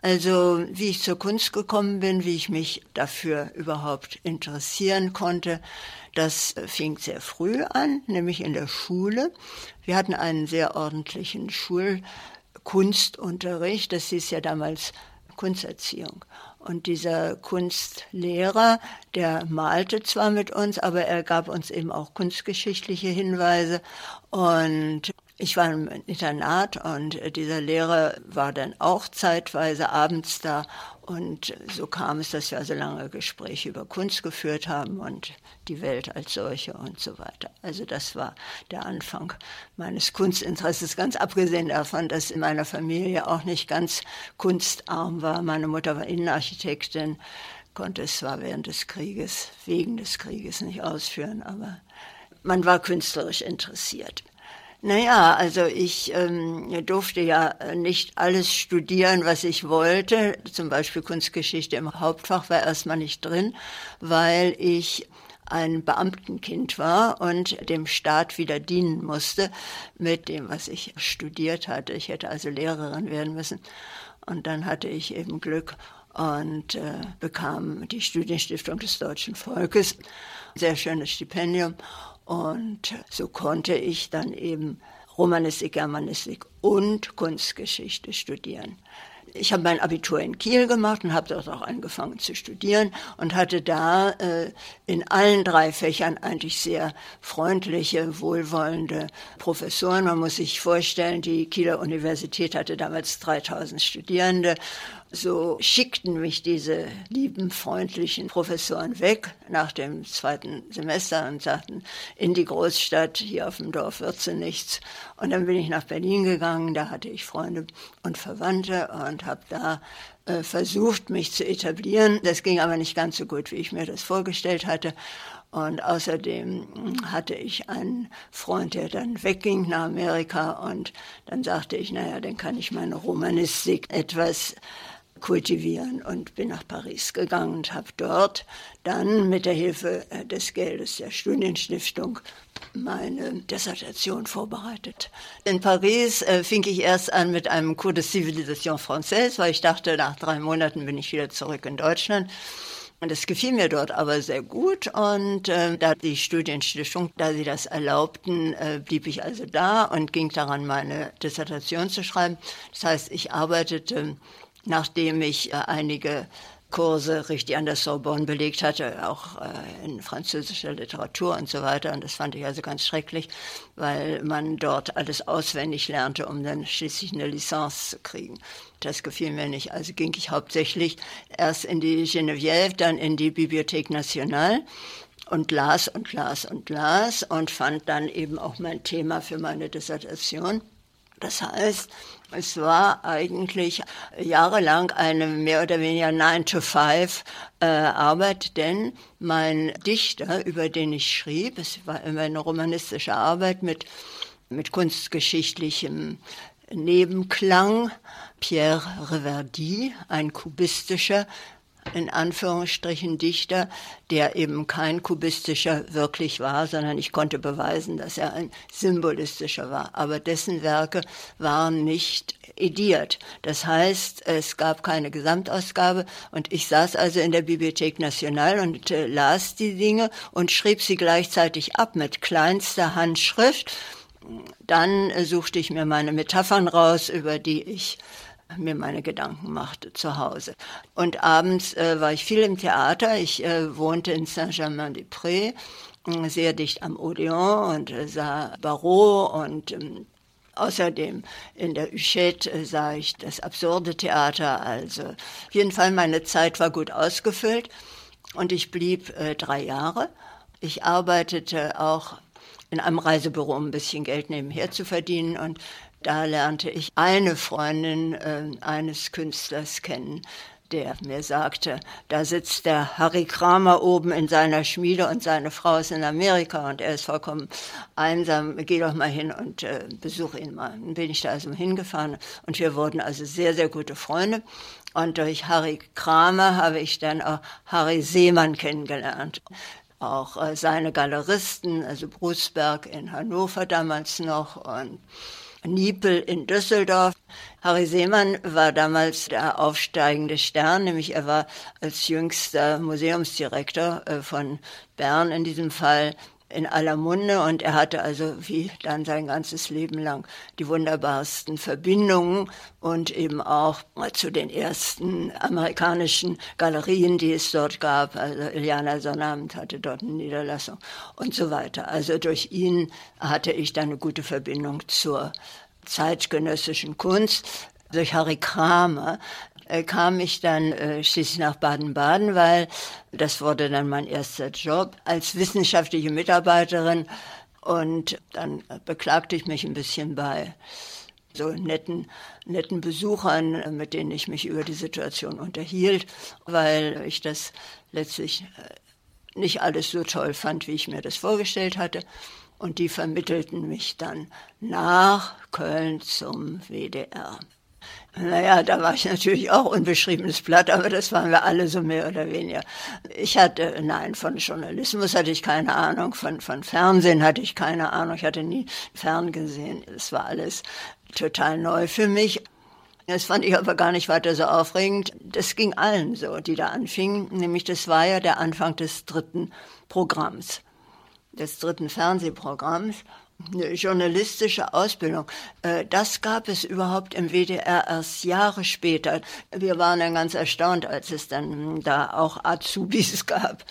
Also wie ich zur Kunst gekommen bin, wie ich mich dafür überhaupt interessieren konnte, das fing sehr früh an, nämlich in der Schule. Wir hatten einen sehr ordentlichen Schulkunstunterricht, das hieß ja damals Kunsterziehung. Und dieser Kunstlehrer, der malte zwar mit uns, aber er gab uns eben auch kunstgeschichtliche Hinweise. Und ich war im Internat und dieser Lehrer war dann auch zeitweise abends da. Und so kam es, dass wir also lange Gespräche über Kunst geführt haben und die Welt als solche und so weiter. Also das war der Anfang meines Kunstinteresses, ganz abgesehen davon, dass in meiner Familie auch nicht ganz kunstarm war. Meine Mutter war Innenarchitektin, konnte es zwar während des Krieges, wegen des Krieges nicht ausführen, aber man war künstlerisch interessiert. Naja, also ich durfte ja nicht alles studieren, was ich wollte. Zum Beispiel Kunstgeschichte im Hauptfach war erstmal nicht drin, weil ich ein Beamtenkind war und dem Staat wieder dienen musste mit dem, was ich studiert hatte. Ich hätte also Lehrerin werden müssen. Und dann hatte ich eben Glück und bekam die Studienstiftung des Deutschen Volkes. Sehr schönes Stipendium. Und so konnte ich dann eben Romanistik, Germanistik und Kunstgeschichte studieren. Ich habe mein Abitur in Kiel gemacht und habe dort auch angefangen zu studieren und hatte da in allen 3 Fächern eigentlich sehr freundliche, wohlwollende Professoren. Man muss sich vorstellen, die Kieler Universität hatte damals 3000 Studierende. So schickten mich diese lieben, freundlichen Professoren weg nach dem 2. Semester und sagten, in die Großstadt, hier auf dem Dorf wird sie nichts. Und dann bin ich nach Berlin gegangen, da hatte ich Freunde und Verwandte und habe da versucht, mich zu etablieren. Das ging aber nicht ganz so gut, wie ich mir das vorgestellt hatte. Und außerdem hatte ich einen Freund, der dann wegging nach Amerika. Und dann sagte ich, naja, dann kann ich meine Romanistik etwas kultivieren und bin nach Paris gegangen und habe dort dann mit der Hilfe des Geldes der Studienstiftung meine Dissertation vorbereitet. In Paris fing ich erst an mit einem Cours de Civilisation Française, weil ich dachte, nach 3 Monaten bin ich wieder zurück in Deutschland. Und es gefiel mir dort aber sehr gut und da die Studienstiftung, da sie das erlaubten, blieb ich also da und ging daran, meine Dissertation zu schreiben. Das heißt, ich arbeitete, nachdem ich einige Kurse richtig an der Sorbonne belegt hatte, auch in französischer Literatur und so weiter. Und das fand ich also ganz schrecklich, weil man dort alles auswendig lernte, um dann schließlich eine Licence zu kriegen. Das gefiel mir nicht. Also ging ich hauptsächlich erst in die Geneviève, dann in die Bibliothèque Nationale und las und las und las und fand dann eben auch mein Thema für meine Dissertation. Das heißt, es war eigentlich jahrelang eine mehr oder weniger 9-to-5 Arbeit, denn mein Dichter, über den ich schrieb, es war immer eine romanistische Arbeit mit kunstgeschichtlichem Nebenklang, Pierre Reverdy, ein kubistischer, in Anführungsstrichen Dichter, der eben kein kubistischer wirklich war, sondern ich konnte beweisen, dass er ein symbolistischer war. Aber dessen Werke waren nicht ediert. Das heißt, es gab keine Gesamtausgabe und ich saß also in der Bibliothèque Nationale und las die Dinge und schrieb sie gleichzeitig ab mit kleinster Handschrift. Dann suchte ich mir meine Metaphern raus, über die ich mir meine Gedanken machte zu Hause. Und abends war ich viel im Theater. Ich wohnte in Saint-Germain-des-Prés, sehr dicht am Odéon und sah Barrault und außerdem in der Huchette sah ich das absurde Theater. Also auf jeden Fall, meine Zeit war gut ausgefüllt und ich blieb 3 Jahre. Ich arbeitete auch in einem Reisebüro, um ein bisschen Geld nebenher zu verdienen und da lernte ich eine Freundin eines Künstlers kennen, der mir sagte, da sitzt der Harry Kramer oben in seiner Schmiede und seine Frau ist in Amerika und er ist vollkommen einsam, geh doch mal hin und besuch ihn mal. Dann bin ich da also hingefahren und wir wurden also sehr, sehr gute Freunde. Und durch Harry Kramer habe ich dann auch Harry Seemann kennengelernt. Auch seine Galeristen, also Brusberg in Hannover damals noch und Niepel in Düsseldorf. Harry Seemann war damals der aufsteigende Stern, nämlich er war als jüngster Museumsdirektor von Bern in diesem Fall in aller Munde und er hatte also wie dann sein ganzes Leben lang die wunderbarsten Verbindungen und eben auch zu den ersten amerikanischen Galerien, die es dort gab. Also Iliana Sonnabend hatte dort eine Niederlassung und so weiter. Also durch ihn hatte ich dann eine gute Verbindung zur zeitgenössischen Kunst. Durch Harry Kramer kam ich dann schließlich nach Baden-Baden, weil das wurde dann mein erster Job als wissenschaftliche Mitarbeiterin. Und dann beklagte ich mich ein bisschen bei so netten Besuchern, mit denen ich mich über die Situation unterhielt, weil ich das letztlich nicht alles so toll fand, wie ich mir das vorgestellt hatte. Und die vermittelten mich dann nach Köln zum WDR. Naja, da war ich natürlich auch unbeschriebenes Blatt, aber das waren wir alle so mehr oder weniger. Von Journalismus hatte ich keine Ahnung, von Fernsehen hatte ich keine Ahnung, ich hatte nie Fern gesehen. Es war alles total neu für mich. Das fand ich aber gar nicht weiter so aufregend. Das ging allen so, die da anfingen, nämlich das war ja der Anfang des dritten Programms, des dritten Fernsehprogramms. Eine journalistische Ausbildung, das gab es überhaupt im WDR erst Jahre später. Wir waren dann ganz erstaunt, als es dann da auch Azubis gab.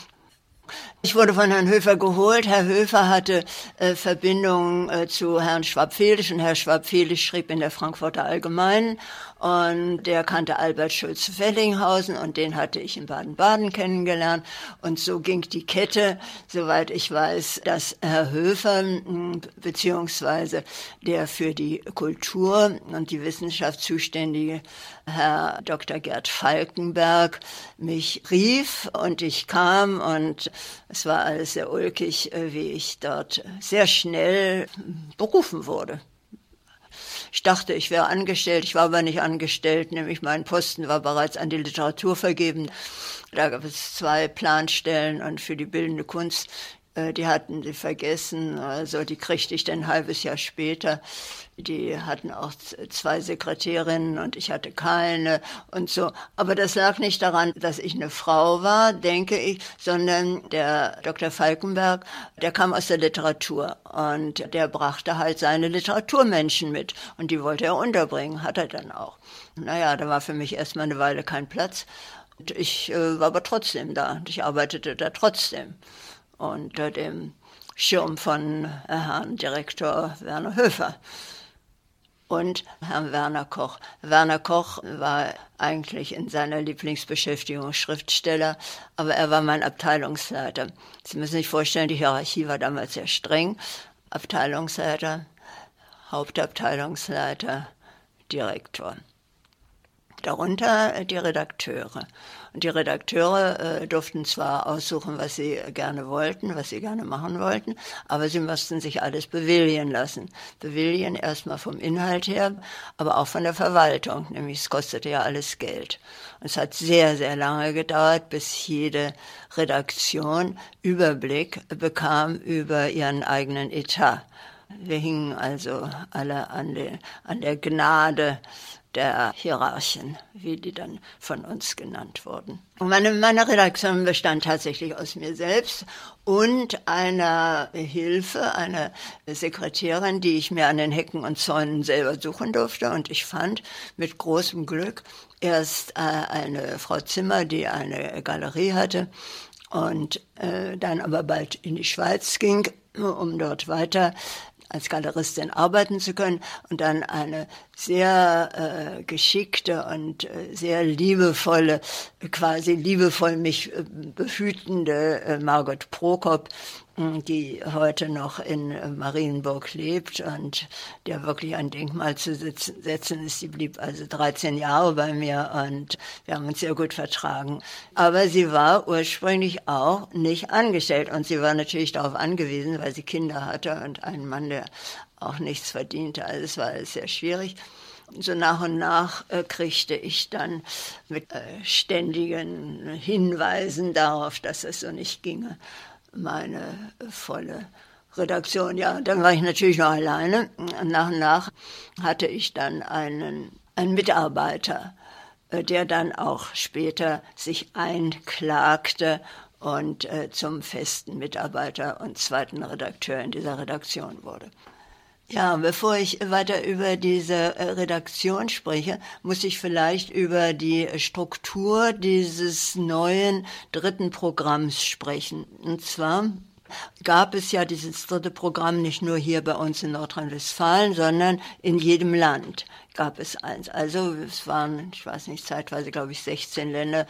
Ich wurde von Herrn Höfer geholt. Herr Höfer hatte Verbindungen zu Herrn Schwab-Fehlich und Herr Schwab-Fehlich schrieb in der Frankfurter Allgemeinen und der kannte Albert Schulze-Fellinghausen und den hatte ich in Baden-Baden kennengelernt und so ging die Kette, soweit ich weiß, dass Herr Höfer beziehungsweise der für die Kultur und die Wissenschaft zuständige Herr Dr. Gerd Falkenberg mich rief und ich kam und es war alles sehr ulkig, wie ich dort sehr schnell berufen wurde. Ich dachte, ich wäre angestellt, ich war aber nicht angestellt, nämlich mein Posten war bereits an die Literatur vergeben. Da gab es 2 Planstellen und für die bildende Kunst, die hatten sie vergessen, also die kriegte ich dann ein halbes Jahr später. Die hatten auch 2 Sekretärinnen und ich hatte keine und so. Aber das lag nicht daran, dass ich eine Frau war, denke ich, sondern der Dr. Falkenberg, der kam aus der Literatur und der brachte halt seine Literaturmenschen mit und die wollte er unterbringen, hat er dann auch. Naja, da war für mich erstmal eine Weile kein Platz und ich war aber trotzdem da und ich arbeitete da trotzdem unter dem Schirm von Herrn Direktor Werner Höfer und Herrn Werner Koch. Werner Koch war eigentlich in seiner Lieblingsbeschäftigung Schriftsteller, aber er war mein Abteilungsleiter. Sie müssen sich vorstellen, die Hierarchie war damals sehr streng. Abteilungsleiter, Hauptabteilungsleiter, Direktor. Darunter die Redakteure. Und die Redakteure durften zwar aussuchen, was sie gerne wollten, was sie gerne machen wollten, aber sie mussten sich alles bewilligen lassen. Bewilligen erstmal vom Inhalt her, aber auch von der Verwaltung, nämlich es kostete ja alles Geld. Und es hat sehr, sehr lange gedauert, bis jede Redaktion Überblick bekam über ihren eigenen Etat. Wir hingen also alle an der Gnade der Hierarchen, wie die dann von uns genannt wurden. Und meine Redaktion bestand tatsächlich aus mir selbst und einer Hilfe, einer Sekretärin, die ich mir an den Hecken und Zäunen selber suchen durfte. Und ich fand mit großem Glück erst eine Frau Zimmer, die eine Galerie hatte und dann aber bald in die Schweiz ging, um dort weiter als Galeristin arbeiten zu können und dann eine sehr geschickte und sehr liebevolle, quasi liebevoll mich behütende Margot Prokop, die heute noch in Marienburg lebt und der wirklich ein Denkmal zu setzen ist. Sie blieb also 13 Jahre bei mir und wir haben uns sehr gut vertragen. Aber sie war ursprünglich auch nicht angestellt und sie war natürlich darauf angewiesen, weil sie Kinder hatte und einen Mann, der auch nichts verdiente. Also es war alles sehr schwierig. So nach und nach kriegte ich dann mit ständigen Hinweisen darauf, dass es so nicht ginge, meine volle Redaktion, ja. Dann war ich natürlich noch alleine. Nach und nach hatte ich dann einen Mitarbeiter, der dann auch später sich einklagte und zum festen Mitarbeiter und zweiten Redakteur in dieser Redaktion wurde. Ja, bevor ich weiter über diese Redaktion spreche, muss ich vielleicht über die Struktur dieses neuen dritten Programms sprechen. Und zwar gab es ja dieses dritte Programm nicht nur hier bei uns in Nordrhein-Westfalen, sondern in jedem Land gab es eins. Also es waren, ich weiß nicht, zeitweise glaube ich 16 Länder.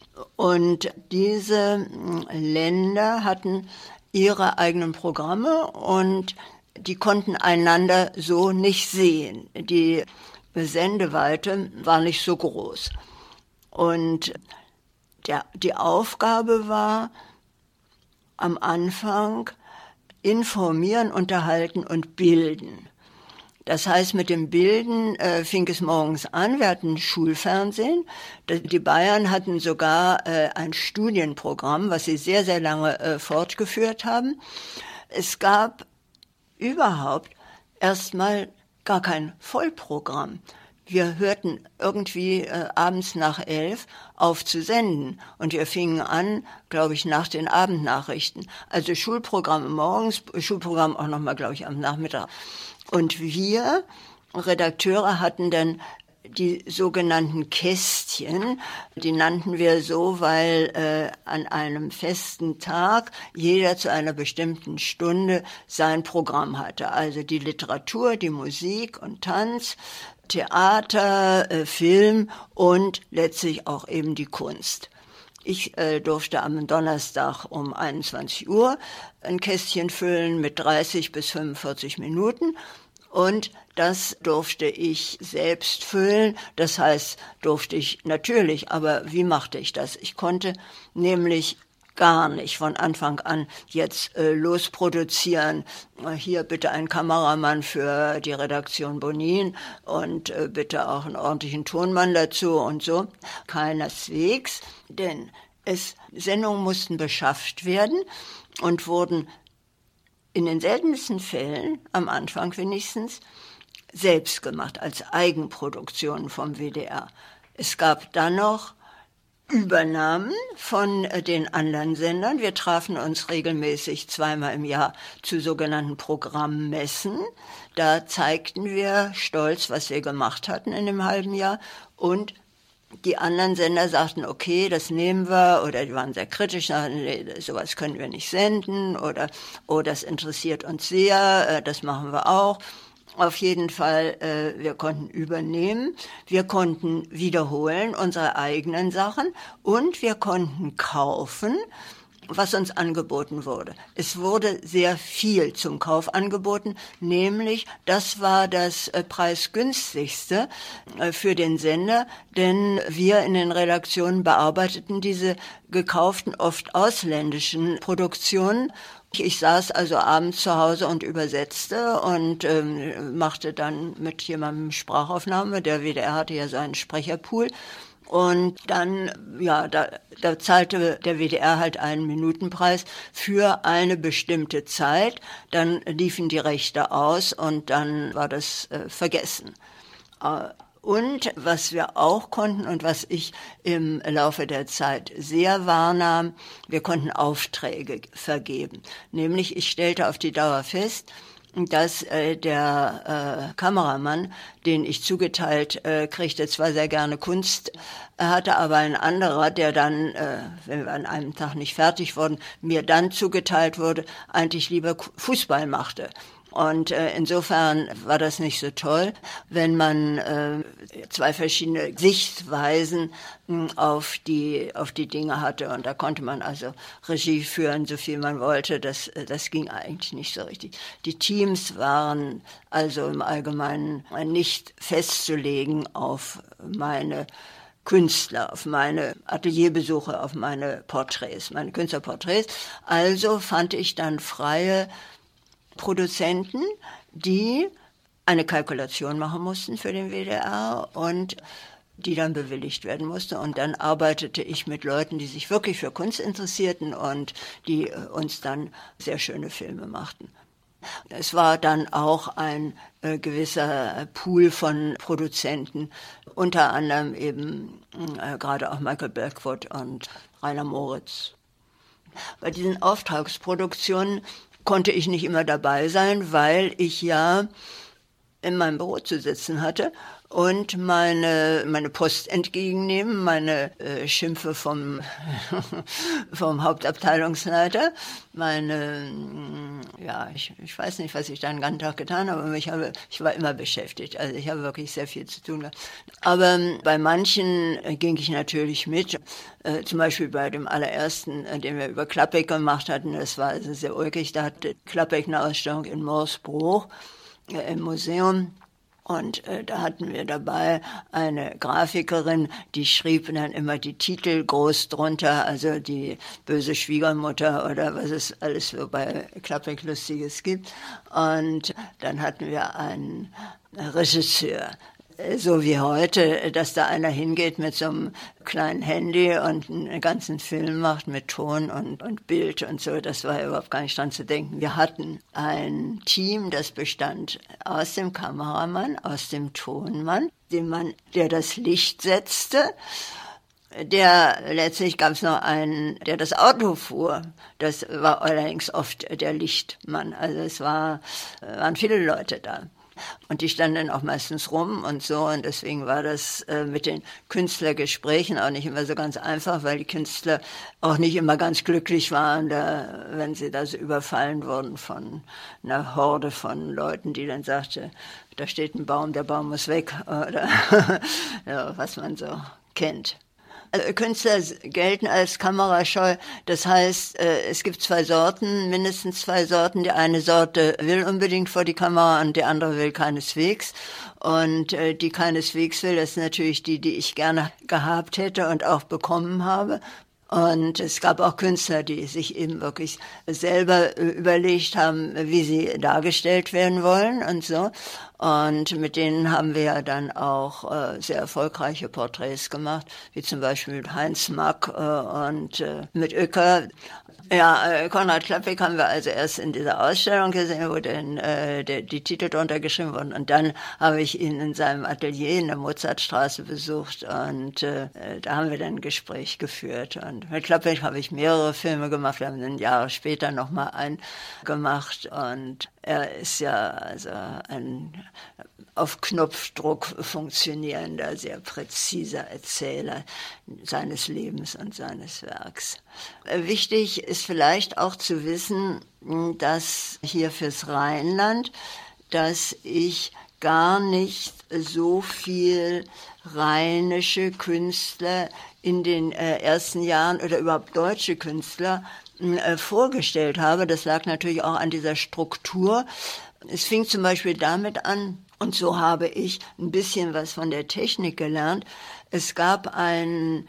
Und diese Länder hatten ihre eigenen Programme und die konnten einander so nicht sehen. Die Sendeweite war nicht so groß. Und die Aufgabe war am Anfang informieren, unterhalten und bilden. Das heißt, mit dem Bilden fing es morgens an. Wir hatten Schulfernsehen. Die Bayern hatten sogar ein Studienprogramm, was sie sehr, sehr lange fortgeführt haben. Es gab überhaupt erstmal gar kein Vollprogramm. Wir hörten irgendwie abends nach 11 auf zu senden und wir fingen an, glaube ich, nach den Abendnachrichten. Also Schulprogramm morgens, Schulprogramm auch nochmal, glaube ich, am Nachmittag. Und wir Redakteure hatten dann die sogenannten Kästchen, die nannten wir so, weil an einem festen Tag jeder zu einer bestimmten Stunde sein Programm hatte. Also die Literatur, die Musik und Tanz, Theater, Film und letztlich auch eben die Kunst. Ich durfte am Donnerstag um 21 Uhr ein Kästchen füllen mit 30 bis 45 Minuten. Und das durfte ich selbst füllen. Das heißt, durfte ich natürlich, aber wie machte ich das? Ich konnte nämlich gar nicht von Anfang an jetzt losproduzieren. Hier bitte ein Kameramann für die Redaktion Bonin und bitte auch einen ordentlichen Tonmann dazu und so. Keineswegs, denn Sendungen mussten beschafft werden und wurden in den seltensten Fällen, am Anfang wenigstens, selbst gemacht, als Eigenproduktion vom WDR. Es gab dann noch Übernahmen von den anderen Sendern. Wir trafen uns regelmäßig zweimal im Jahr zu sogenannten Programmmessen. Da zeigten wir stolz, was wir gemacht hatten in dem halben Jahr, und die anderen Sender sagten, okay, das nehmen wir, oder die waren sehr kritisch, sagten, nee, sowas können wir nicht senden, oder oh, das interessiert uns sehr, das machen wir auch. Auf jeden Fall, wir konnten übernehmen, wir konnten wiederholen unsere eigenen Sachen und wir konnten kaufen, was uns angeboten wurde. Es wurde sehr viel zum Kauf angeboten, nämlich das war das preisgünstigste für den Sender, denn wir in den Redaktionen bearbeiteten diese gekauften, oft ausländischen Produktionen. Ich saß also abends zu Hause und übersetzte und machte dann mit jemandem Sprachaufnahme. Der WDR hatte ja seinen Sprecherpool. Und dann, ja, da zahlte der WDR halt einen Minutenpreis für eine bestimmte Zeit. Dann liefen die Rechte aus und dann war das vergessen. Und was wir auch konnten und was ich im Laufe der Zeit sehr wahrnahm, wir konnten Aufträge vergeben. Nämlich, ich stellte auf die Dauer fest, dass der Kameramann, den ich zugeteilt kriegte, zwar sehr gerne Kunst, hatte aber ein anderer, der dann, wenn wir an einem Tag nicht fertig wurden, mir dann zugeteilt wurde, eigentlich lieber Fußball machte. Und insofern war das nicht so toll, wenn man zwei verschiedene Sichtweisen auf die Dinge hatte. Und da konnte man also Regie führen, so viel man wollte. Das ging eigentlich nicht so richtig. Die Teams waren also im Allgemeinen nicht festzulegen auf meine Künstler, auf meine Atelierbesuche, auf meine Porträts, meine Künstlerporträts. Also fand ich dann freie Produzenten, die eine Kalkulation machen mussten für den WDR und die dann bewilligt werden musste. Und dann arbeitete ich mit Leuten, die sich wirklich für Kunst interessierten und die uns dann sehr schöne Filme machten. Es war dann auch ein gewisser Pool von Produzenten, unter anderem eben gerade auch Michael Blackwood und Rainer Moritz. Bei diesen Auftragsproduktionen konnte ich nicht immer dabei sein, weil ich ja in meinem Büro zu sitzen hatte und meine Post entgegennehmen, meine Schimpfe vom Hauptabteilungsleiter, ich weiß nicht, was ich da den ganzen Tag getan habe, aber ich war immer beschäftigt, also ich habe wirklich sehr viel zu tun gehabt. Aber bei manchen ging ich natürlich mit, zum Beispiel bei dem allerersten, den wir über Klappek gemacht hatten, das war also sehr ulkig, da hatte Klappek eine Ausstellung in Morsbruch im Museum. Und da hatten wir dabei eine Grafikerin, die schrieb dann immer die Titel groß drunter, also die böse Schwiegermutter oder was es alles so bei Klappek Lustiges gibt. Und dann hatten wir einen Regisseur, so wie heute, dass da einer hingeht mit so einem kleinen Handy und einen ganzen Film macht mit Ton und Bild und so. Das war überhaupt gar nicht dran zu denken. Wir hatten ein Team, das bestand aus dem Kameramann, aus dem Tonmann, dem Mann, der das Licht setzte. Letztlich gab es noch einen, der das Auto fuhr. Das war allerdings oft der Lichtmann. Also es waren viele Leute da. Und die standen dann auch meistens rum und so. Und deswegen war das mit den Künstlergesprächen auch nicht immer so ganz einfach, weil die Künstler auch nicht immer ganz glücklich waren, wenn sie da so überfallen wurden von einer Horde von Leuten, die dann sagte, da steht ein Baum, der Baum muss weg. Oder ja, was man so kennt. Also Künstler gelten als kamerascheu, das heißt, es gibt mindestens zwei Sorten. Die eine Sorte will unbedingt vor die Kamera und die andere will keineswegs. Und die keineswegs will, das ist natürlich die ich gerne gehabt hätte und auch bekommen habe. Und es gab auch Künstler, die sich eben wirklich selber überlegt haben, wie sie dargestellt werden wollen und so. Und mit denen haben wir ja dann auch sehr erfolgreiche Porträts gemacht, wie zum Beispiel mit Heinz Mack und mit Uecker. Ja, Konrad Klappek haben wir also erst in dieser Ausstellung gesehen, wo dann die Titel drunter geschrieben wurden. Und dann habe ich ihn in seinem Atelier in der Mozartstraße besucht und da haben wir dann ein Gespräch geführt. Und mit Klappek habe ich mehrere Filme gemacht. Wir haben dann Jahre später nochmal einen gemacht. Und er ist ja also ein auf Knopfdruck funktionierender, sehr präziser Erzähler seines Lebens und seines Werks. Wichtig ist vielleicht auch zu wissen, dass hier fürs Rheinland, dass ich gar nicht so viel rheinische Künstler in den ersten Jahren oder überhaupt deutsche Künstler vorgestellt habe. Das lag natürlich auch an dieser Struktur. Es fing zum Beispiel damit an, und so habe ich ein bisschen was von der Technik gelernt. Es gab einen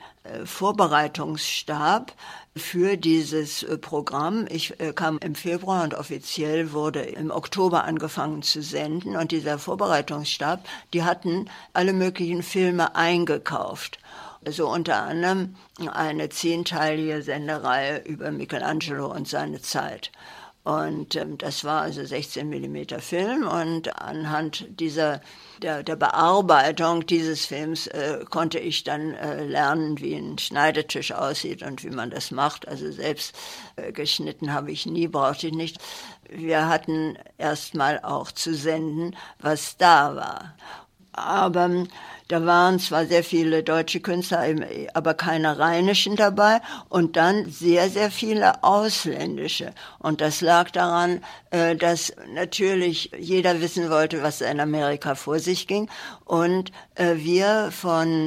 Vorbereitungsstab für dieses Programm. Ich kam im Februar und offiziell wurde im Oktober angefangen zu senden. Und dieser Vorbereitungsstab, die hatten alle möglichen Filme eingekauft. Also unter anderem eine 10-teilige Sendereihe über Michelangelo und seine Zeit. Und das war also 16 mm Film und anhand der Bearbeitung dieses Films konnte ich dann lernen, wie ein Schneidetisch aussieht und wie man das macht. Also selbst geschnitten habe ich nie, brauchte ich nicht. Wir hatten erstmal auch zu senden, was da war. Aber da waren zwar sehr viele deutsche Künstler, aber keine rheinischen dabei und dann sehr, sehr viele ausländische. Und das lag daran, dass natürlich jeder wissen wollte, was in Amerika vor sich ging. Und wir von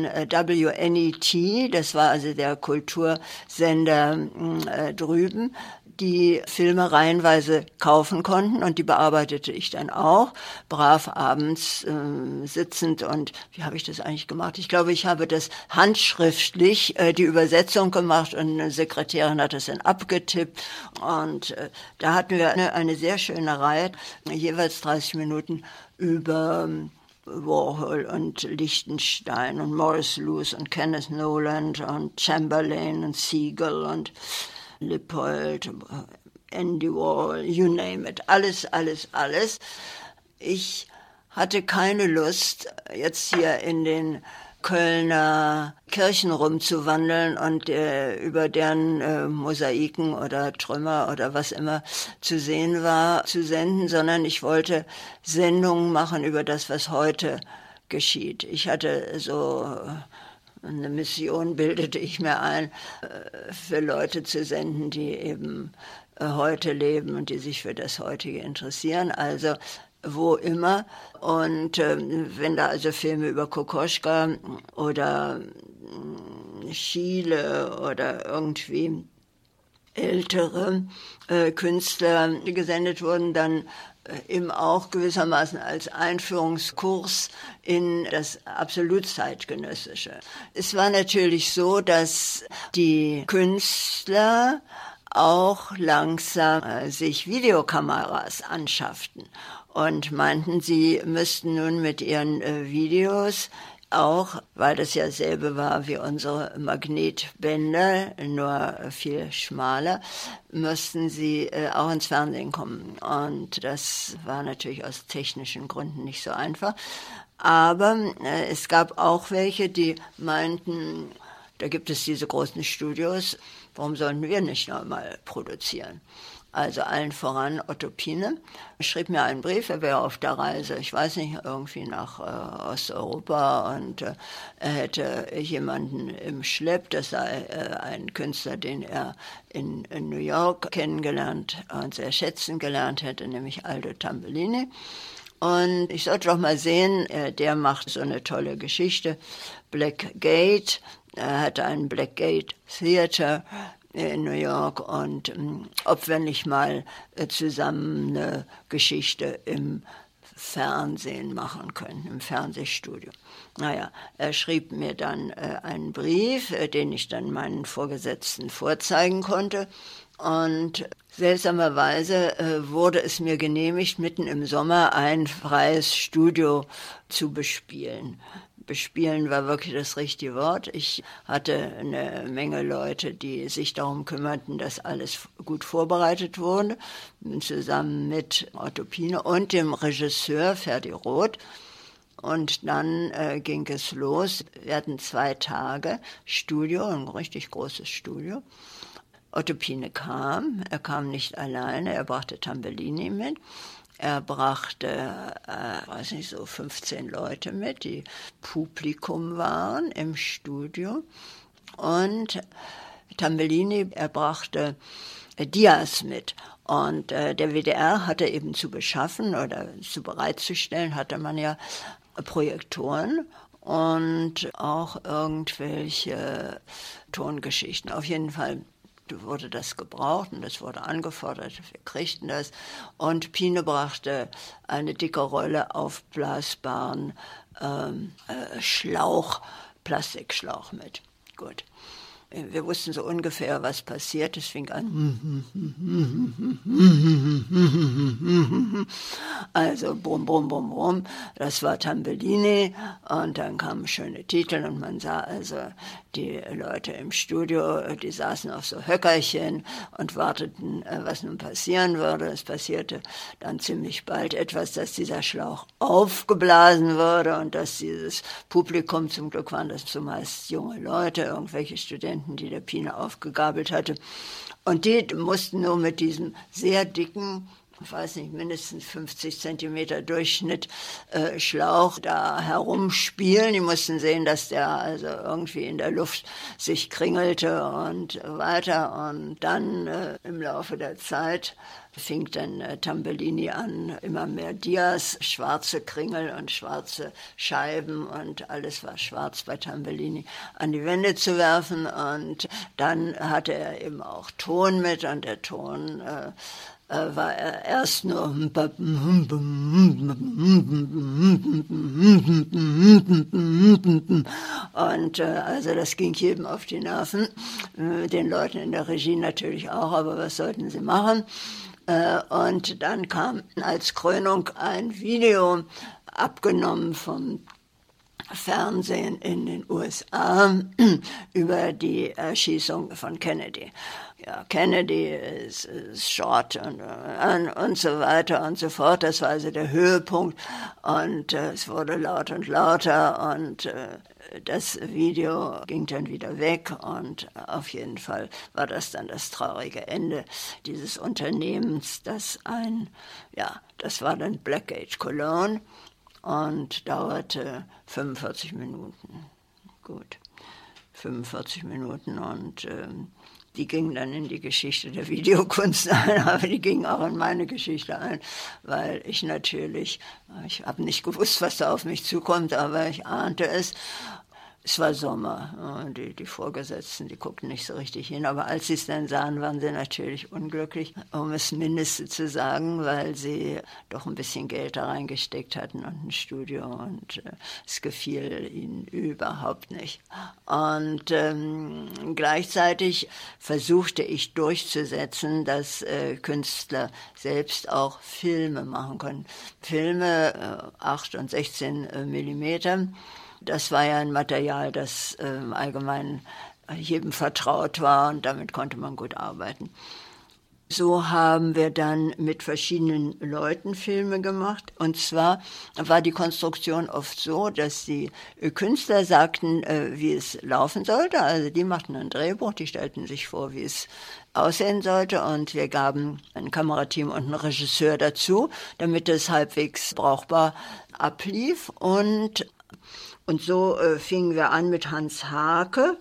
WNET, das war also der Kultursender drüben, die Filme reihenweise kaufen konnten und die bearbeitete ich dann auch, brav abends sitzend. Und wie habe ich das eigentlich gemacht? Ich glaube, ich habe das handschriftlich, die Übersetzung gemacht und eine Sekretärin hat das dann abgetippt. Und da hatten wir eine sehr schöne Reihe, jeweils 30 Minuten über Warhol und Lichtenstein und Morris Louis und Kenneth Noland und Chamberlain und Siegel und Lippold, Andy Warhol, you name it, alles, alles, alles. Ich hatte keine Lust, jetzt hier in den Kölner Kirchen rumzuwandeln und über deren Mosaiken oder Trümmer oder was immer zu sehen war, zu senden, sondern ich wollte Sendungen machen über das, was heute geschieht. Ich hatte so eine Mission, bildete ich mir ein, für Leute zu senden, die eben heute leben und die sich für das Heutige interessieren. Also wo immer. Und wenn da also Filme über Kokoschka oder Schiele oder irgendwie ältere Künstler gesendet wurden, dann eben auch gewissermaßen als Einführungskurs in das absolut Zeitgenössische. Es war natürlich so, dass die Künstler auch langsam sich Videokameras anschafften und meinten, sie müssten nun mit ihren Videos auch, weil das ja dasselbe war wie unsere Magnetbänder, nur viel schmaler, mussten sie auch ins Fernsehen kommen. Und das war natürlich aus technischen Gründen nicht so einfach. Aber es gab auch welche, die meinten, da gibt es diese großen Studios, warum sollten wir nicht nochmal produzieren? Also allen voran Otto Piene schrieb mir einen Brief, er wäre auf der Reise, ich weiß nicht, irgendwie nach Osteuropa und er hätte jemanden im Schlepp, das sei ein Künstler, den er in New York kennengelernt und sehr schätzen gelernt hätte, nämlich Aldo Tambellini. Und ich sollte doch mal sehen, der macht so eine tolle Geschichte, Black Gate, er hatte ein Black Gate Theater in New York und ob wir nicht mal zusammen eine Geschichte im Fernsehen machen können, im Fernsehstudio. Naja, er schrieb mir dann einen Brief, den ich dann meinen Vorgesetzten vorzeigen konnte. Und seltsamerweise wurde es mir genehmigt, mitten im Sommer ein freies Studio zu bespielen. Bespielen war wirklich das richtige Wort. Ich hatte eine Menge Leute, die sich darum kümmerten, dass alles gut vorbereitet wurde, zusammen mit Otto Piene und dem Regisseur Ferdi Roth. Und dann ging es los. Wir hatten 2 Tage Studio, ein richtig großes Studio. Otto Piene kam, er kam nicht alleine, er brachte Tambellini mit. Er brachte, weiß nicht, so 15 Leute mit, die Publikum waren im Studio. Und Tambellini, er brachte Dias mit. Und der WDR hatte eben zu beschaffen oder zu bereitzustellen, hatte man ja Projektoren und auch irgendwelche Tongeschichten. Auf jeden Fall wurde das gebraucht und das wurde angefordert, wir kriegten das. Und Piene brachte eine dicke Rolle aufblasbaren Plastikschlauch mit. Gut. Wir wussten so ungefähr, was passiert. Es fing an. Also brumm, brumm, brumm, brumm. Das war Tambellini. Und dann kamen schöne Titel und man sah also die Leute im Studio, die saßen auf so Höckerchen und warteten, was nun passieren würde. Es passierte dann ziemlich bald etwas, dass dieser Schlauch aufgeblasen wurde und dass dieses Publikum, zum Glück waren das zumeist junge Leute, irgendwelche Studenten, die der Piene aufgegabelt hatte. Und die mussten nur mit diesem sehr dicken, ich weiß nicht, mindestens 50 Zentimeter Durchschnitt Schlauch da herumspielen. Die mussten sehen, dass der also irgendwie in der Luft sich kringelte und weiter. Und dann im Laufe der Zeit fing dann Tambellini an, immer mehr Dias, schwarze Kringel und schwarze Scheiben und alles war schwarz bei Tambellini, an die Wände zu werfen. Und dann hatte er eben auch Ton mit und der Ton war er erst nur und also das ging jedem auf die Nerven, den Leuten in der Regie natürlich auch, aber was sollten sie machen? Und dann kam als Krönung ein Video, abgenommen vom Fernsehen in den USA über die Erschießung von Kennedy. Ja, Kennedy ist shot und so weiter und so fort. Das war also der Höhepunkt und es wurde lauter und lauter und das Video ging dann wieder weg und auf jeden Fall war das dann das traurige Ende dieses Unternehmens, das war dann Blackgate Cologne und dauerte 45 Minuten. Gut, 45 Minuten und die gingen dann in die Geschichte der Videokunst ein, aber die gingen auch in meine Geschichte ein, weil ich habe nicht gewusst, was da auf mich zukommt, aber ich ahnte es. Es war Sommer, die Vorgesetzten, die guckten nicht so richtig hin, aber als sie es dann sahen, waren sie natürlich unglücklich, um es Mindeste zu sagen, weil sie doch ein bisschen Geld da reingesteckt hatten und ein Studio und es gefiel ihnen überhaupt nicht. Und gleichzeitig versuchte ich durchzusetzen, dass Künstler selbst auch Filme machen können. Filme 8 und 16 Millimeter. Das war ja ein Material, das allgemein jedem vertraut war und damit konnte man gut arbeiten. So haben wir dann mit verschiedenen Leuten Filme gemacht. Und zwar war die Konstruktion oft so, dass die Künstler sagten, wie es laufen sollte. Also die machten ein Drehbuch, die stellten sich vor, wie es aussehen sollte. Und wir gaben ein Kamerateam und einen Regisseur dazu, damit es halbwegs brauchbar ablief. Und so fingen wir an mit Hans Haake.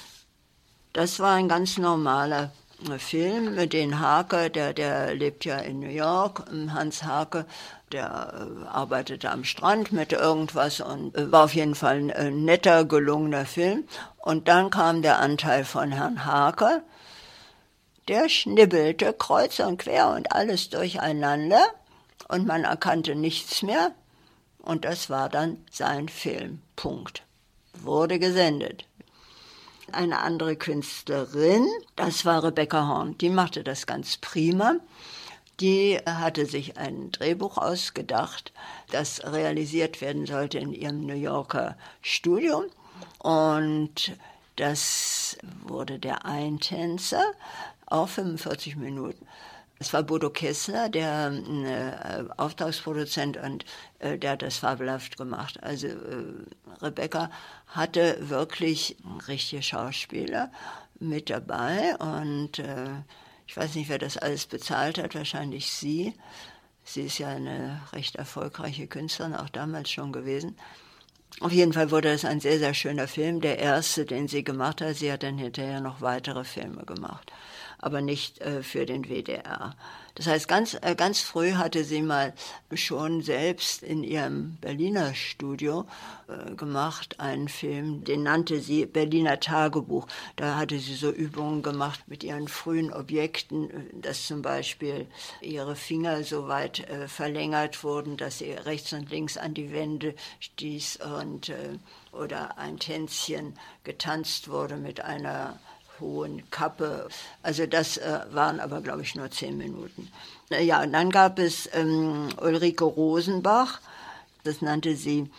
Das war ein ganz normaler Film. Den Haake, der lebt ja in New York. Hans Haake, der arbeitete am Strand mit irgendwas und war auf jeden Fall ein netter, gelungener Film. Und dann kam der Anteil von Herrn Haake. Der schnibbelte kreuz und quer und alles durcheinander und man erkannte nichts mehr. Und das war dann sein Film. Punkt. Wurde gesendet. Eine andere Künstlerin, das war Rebecca Horn, die machte das ganz prima. Die hatte sich ein Drehbuch ausgedacht, das realisiert werden sollte in ihrem New Yorker Studio. Und das wurde der Eintänzer, auch 45 Minuten. Es war Bodo Kessler, der Auftragsproduzent, und der hat das fabelhaft gemacht. Also Rebecca hatte wirklich richtige Schauspieler mit dabei und ich weiß nicht, wer das alles bezahlt hat, wahrscheinlich sie. Sie ist ja eine recht erfolgreiche Künstlerin, auch damals schon gewesen. Auf jeden Fall wurde das ein sehr, sehr schöner Film, der erste, den sie gemacht hat. Sie hat dann hinterher noch weitere Filme gemacht, aber nicht für den WDR. Das heißt, ganz früh hatte sie mal schon selbst in ihrem Berliner Studio gemacht einen Film, den nannte sie Berliner Tagebuch. Da hatte sie so Übungen gemacht mit ihren frühen Objekten, dass zum Beispiel ihre Finger so weit verlängert wurden, dass sie rechts und links an die Wände stieß oder ein Tänzchen getanzt wurde mit einer hohen Kappe. Also das waren aber, glaube ich, nur 10 Minuten. Ja, und dann gab es Ulrike Rosenbach, das nannte sie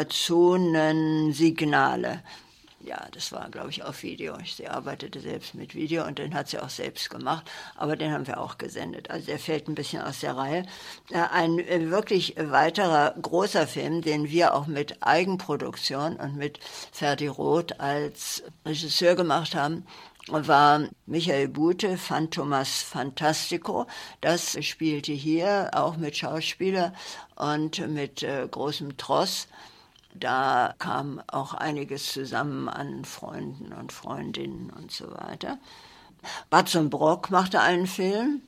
Amazonensignale. Ja, das war, glaube ich, auf Video. Sie arbeitete selbst mit Video und den hat sie auch selbst gemacht, aber den haben wir auch gesendet. Also der fällt ein bisschen aus der Reihe. Ein wirklich weiterer großer Film, den wir auch mit Eigenproduktion und mit Ferdi Roth als Regisseur gemacht haben, war Michael Buthe, Phantomas Fantastico. Das spielte hier auch mit Schauspieler und mit großem Tross. Da kam auch einiges zusammen an Freunden und Freundinnen und so weiter. Batzon Brock machte einen Film,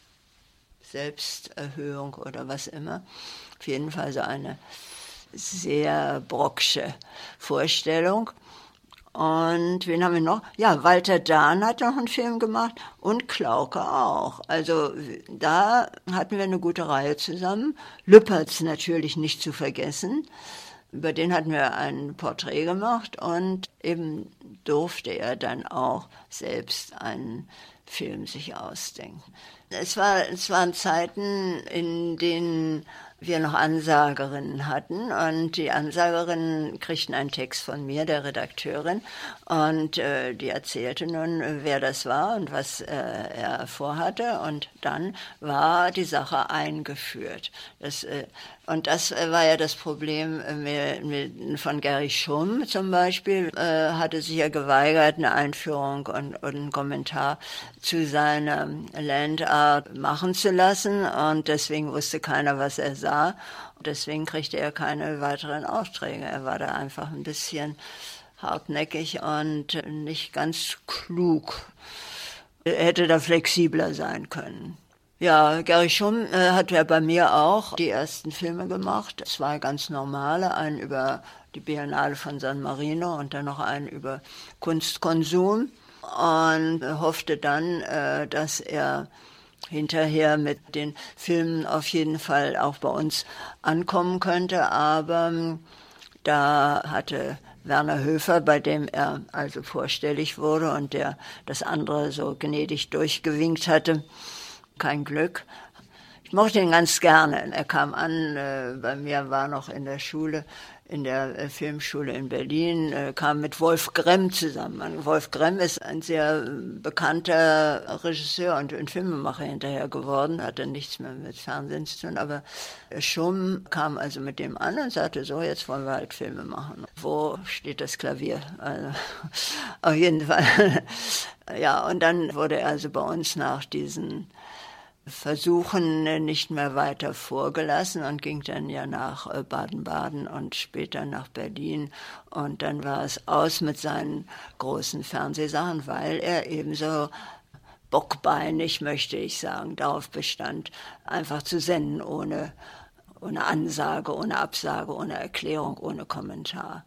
Selbsterhöhung oder was immer. Auf jeden Fall so eine sehr Brocksche Vorstellung. Und wen haben wir noch? Ja, Walter Dahn hat noch einen Film gemacht und Klauke auch. Also da hatten wir eine gute Reihe zusammen. Lüpertz natürlich nicht zu vergessen. Über den hatten wir ein Porträt gemacht und eben durfte er dann auch selbst einen Film sich ausdenken. Es waren Zeiten, in denen wir noch Ansagerinnen hatten und die Ansagerinnen kriegten einen Text von mir, der Redakteurin, und die erzählte nun, wer das war und was er vorhatte, und dann war die Sache eingeführt. Und das war ja das Problem von Gerry Schumm zum Beispiel, hatte sich ja geweigert, eine Einführung und einen Kommentar zu seiner Landart machen zu lassen, und deswegen wusste keiner, was er sah. Deswegen kriegte er keine weiteren Aufträge. Er war da einfach ein bisschen hartnäckig und nicht ganz klug. Er hätte da flexibler sein können. Ja, Gerry Schumm hat ja bei mir auch die ersten Filme gemacht. 2 ganz normale, einen über die Biennale von San Marino und dann noch einen über Kunstkonsum, und hoffte dann, dass er hinterher mit den Filmen auf jeden Fall auch bei uns ankommen könnte. Aber da hatte Werner Höfer, bei dem er also vorstellig wurde und der das andere so gnädig durchgewinkt hatte, kein Glück. Ich mochte ihn ganz gerne. Er kam an, bei mir war noch in der Schule, in der Filmschule in Berlin, kam mit Wolf Gremm zusammen. Wolf Gremm ist ein sehr bekannter Regisseur und Filmemacher hinterher geworden, hatte nichts mehr mit Fernsehen zu tun, aber Schumm kam also mit dem an und sagte, so, jetzt wollen wir halt Filme machen. Wo steht das Klavier? Also, auf jeden Fall. Ja, und dann wurde er also bei uns nach diesen Versuchen nicht mehr weiter vorgelassen und ging dann ja nach Baden-Baden und später nach Berlin. Und dann war es aus mit seinen großen Fernsehsachen, weil er ebenso bockbeinig, möchte ich sagen, darauf bestand, einfach zu senden, ohne Ansage, ohne Absage, ohne Erklärung, ohne Kommentar.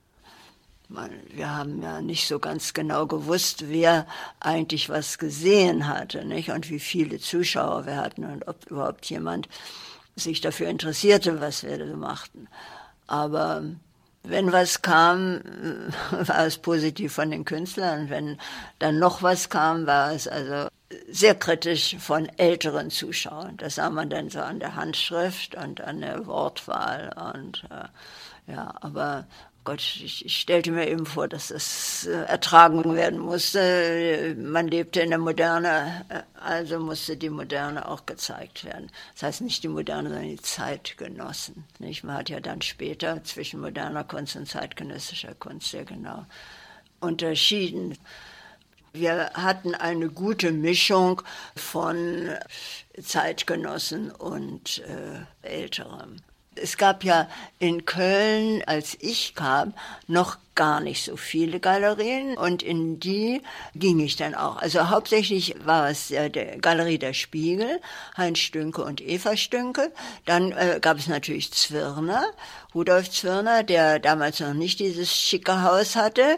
Wir haben ja nicht so ganz genau gewusst, wer eigentlich was gesehen hatte, nicht? Und wie viele Zuschauer wir hatten und ob überhaupt jemand sich dafür interessierte, was wir so machten. Aber wenn was kam, war es positiv von den Künstlern. Und wenn dann noch was kam, war es also sehr kritisch von älteren Zuschauern. Das sah man dann so an der Handschrift und an der Wortwahl. Und ja, aber Gott, ich stellte mir eben vor, dass das ertragen werden musste. Man lebte in der Moderne, also musste die Moderne auch gezeigt werden. Das heißt nicht die Moderne, sondern die Zeitgenossen. Nicht? Man hat ja dann später zwischen moderner Kunst und zeitgenössischer Kunst sehr genau unterschieden. Wir hatten eine gute Mischung von Zeitgenossen und Älterem. Es gab ja in Köln, als ich kam, noch gar nicht so viele Galerien, und in die ging ich dann auch. Also hauptsächlich war es der Galerie der Spiegel, Heinz Stünke und Eva Stünke. Dann gab es natürlich Zwirner, Rudolf Zwirner, der damals noch nicht dieses schicke Haus hatte.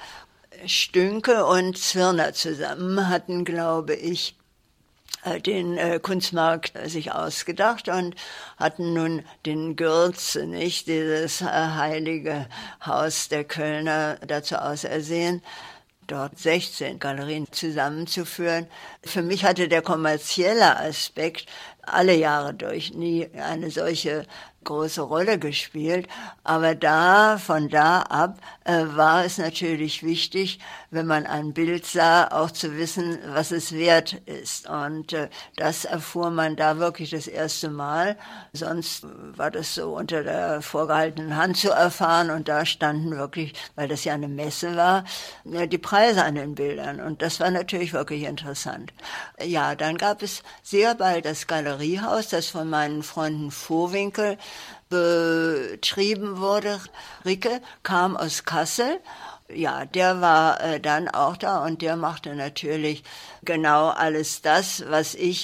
Stünke und Zwirner zusammen hatten, glaube ich, den Kunstmarkt sich ausgedacht und hatten nun den Gürz, nicht, dieses heilige Haus der Kölner, dazu ausersehen, dort 16 Galerien zusammenzuführen. Für mich hatte der kommerzielle Aspekt alle Jahre durch nie eine solche große Rolle gespielt, aber von da ab war es natürlich wichtig, wenn man ein Bild sah, auch zu wissen, was es wert ist, und das erfuhr man da wirklich das erste Mal, sonst war das so unter der vorgehaltenen Hand zu erfahren, und da standen wirklich, weil das ja eine Messe war, die Preise an den Bildern, und das war natürlich wirklich interessant. Ja, dann gab es sehr bald das Galeriehaus, das von meinen Freunden Vohwinkel betrieben wurde. Ricke kam aus Kassel. Ja, der war dann auch da, und der machte natürlich genau alles das, was ich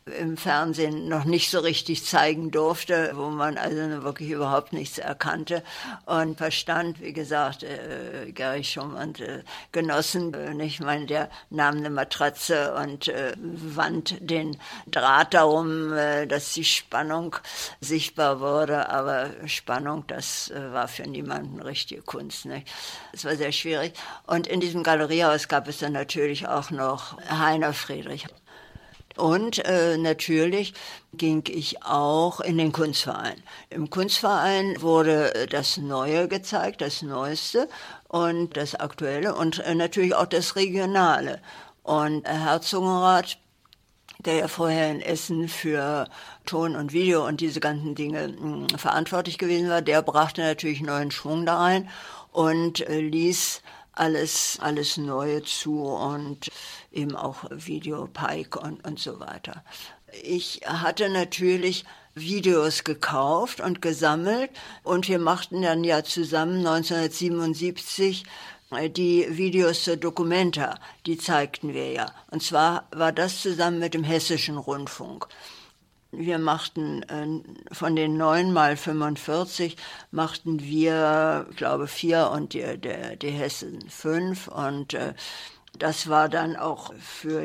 im Fernsehen noch nicht so richtig zeigen durfte, wo man also wirklich überhaupt nichts erkannte und verstand. Wie gesagt, Gary Schumann genossen, ich meine, der nahm eine Matratze und wand den Draht darum, dass die Spannung sichtbar wurde, aber Spannung, das war für niemanden richtige Kunst. Nicht? Das war sehr schwierig. Und in diesem Galeriehaus gab es dann natürlich auch noch Heiner Friedrich. Und natürlich ging ich auch in den Kunstverein. Im Kunstverein wurde das Neue gezeigt, das Neueste und das Aktuelle und natürlich auch das Regionale. Und Herr Herzogenrath, der ja vorher in Essen für Ton und Video und diese ganzen Dinge verantwortlich gewesen war, der brachte natürlich neuen Schwung da rein und ließ alles Neue zu und eben auch Video, Pike und so weiter. Ich hatte natürlich Videos gekauft und gesammelt und wir machten dann ja zusammen 1977 die Videos zur Documenta, die zeigten wir ja. Und zwar war das zusammen mit dem Hessischen Rundfunk. Wir machten von den 9 mal 45 machten wir, ich glaube, 4 und die Hessen 5 und das war dann auch für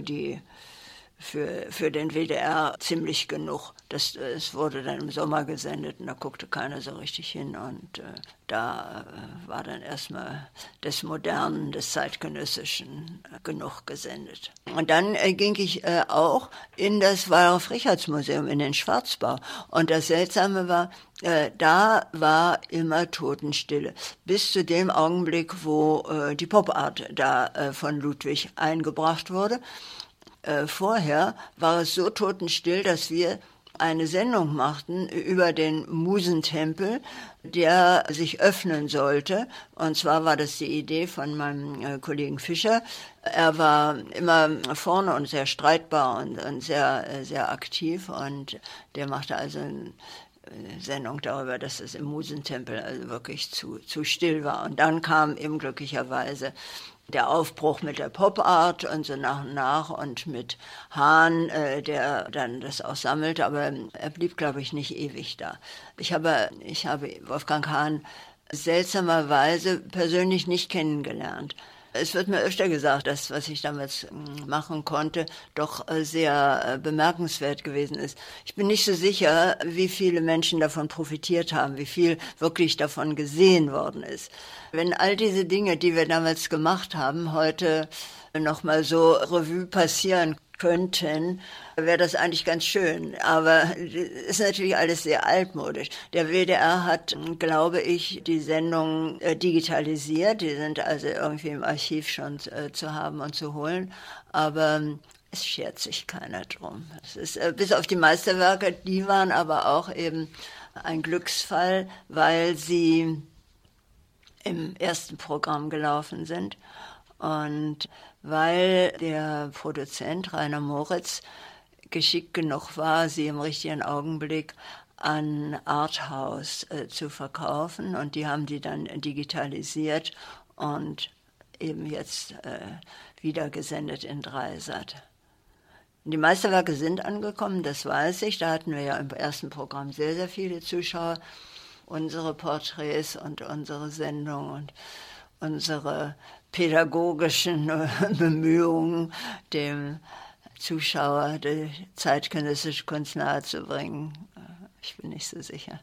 den WDR ziemlich genug. Es wurde dann im Sommer gesendet und da guckte keiner so richtig hin und da war dann erstmal des Modernen, des Zeitgenössischen genug gesendet. Und dann ging ich auch in das Wallraf-Richartz-Museum in den Schwarzbau und das Seltsame war, da war immer Totenstille, bis zu dem Augenblick, wo die Pop-Art da von Ludwig eingebracht wurde. Vorher war es so totenstill, dass wir eine Sendung machten über den Musentempel, der sich öffnen sollte. Und zwar war das die Idee von meinem Kollegen Fischer. Er war immer vorne und sehr streitbar und sehr, sehr aktiv. Und der machte also eine Sendung darüber, dass es im Musentempel also wirklich zu still war. Und dann kam eben glücklicherweise der Aufbruch mit der Pop-Art und so nach und nach und mit Hahn, der dann das auch sammelte, aber er blieb, glaube ich, nicht ewig da. Ich habe Wolfgang Hahn seltsamerweise persönlich nicht kennengelernt. Es wird mir öfter gesagt, dass was ich damals machen konnte, doch sehr bemerkenswert gewesen ist. Ich bin nicht so sicher, wie viele Menschen davon profitiert haben, wie viel wirklich davon gesehen worden ist. Wenn all diese Dinge, die wir damals gemacht haben, heute nochmal so Revue passieren könnten, wäre das eigentlich ganz schön. Aber es ist natürlich alles sehr altmodisch. Der WDR hat, glaube ich, die Sendungen digitalisiert. Die sind also irgendwie im Archiv schon zu haben und zu holen. Aber es schert sich keiner drum. Es ist, bis auf die Meisterwerke, die waren aber auch eben ein Glücksfall, weil sie im ersten Programm gelaufen sind. Und weil der Produzent Rainer Moritz geschickt genug war, sie im richtigen Augenblick an Arthouse zu verkaufen. Und die haben die dann digitalisiert und eben jetzt wieder gesendet in Dreisat. Die Meisterwerke sind angekommen, das weiß ich. Da hatten wir ja im ersten Programm sehr, sehr viele Zuschauer. Unsere Porträts und unsere Sendung und unsere pädagogischen Bemühungen, dem Zuschauer die zeitgenössische Kunst nahezubringen. Ich bin nicht so sicher.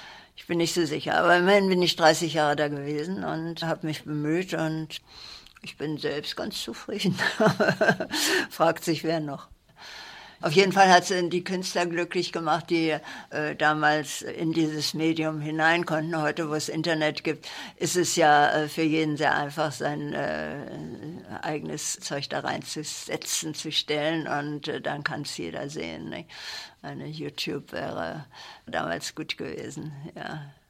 Aber immerhin bin ich 30 Jahre da gewesen und habe mich bemüht und ich bin selbst ganz zufrieden. Fragt sich, wer noch. Auf jeden Fall hat es die Künstler glücklich gemacht, die damals in dieses Medium hinein konnten. Heute, wo es Internet gibt, ist es ja für jeden sehr einfach, sein eigenes Zeug da reinzusetzen, zu stellen und dann kann es jeder sehen. Nicht? Eine YouTube wäre damals gut gewesen, ja.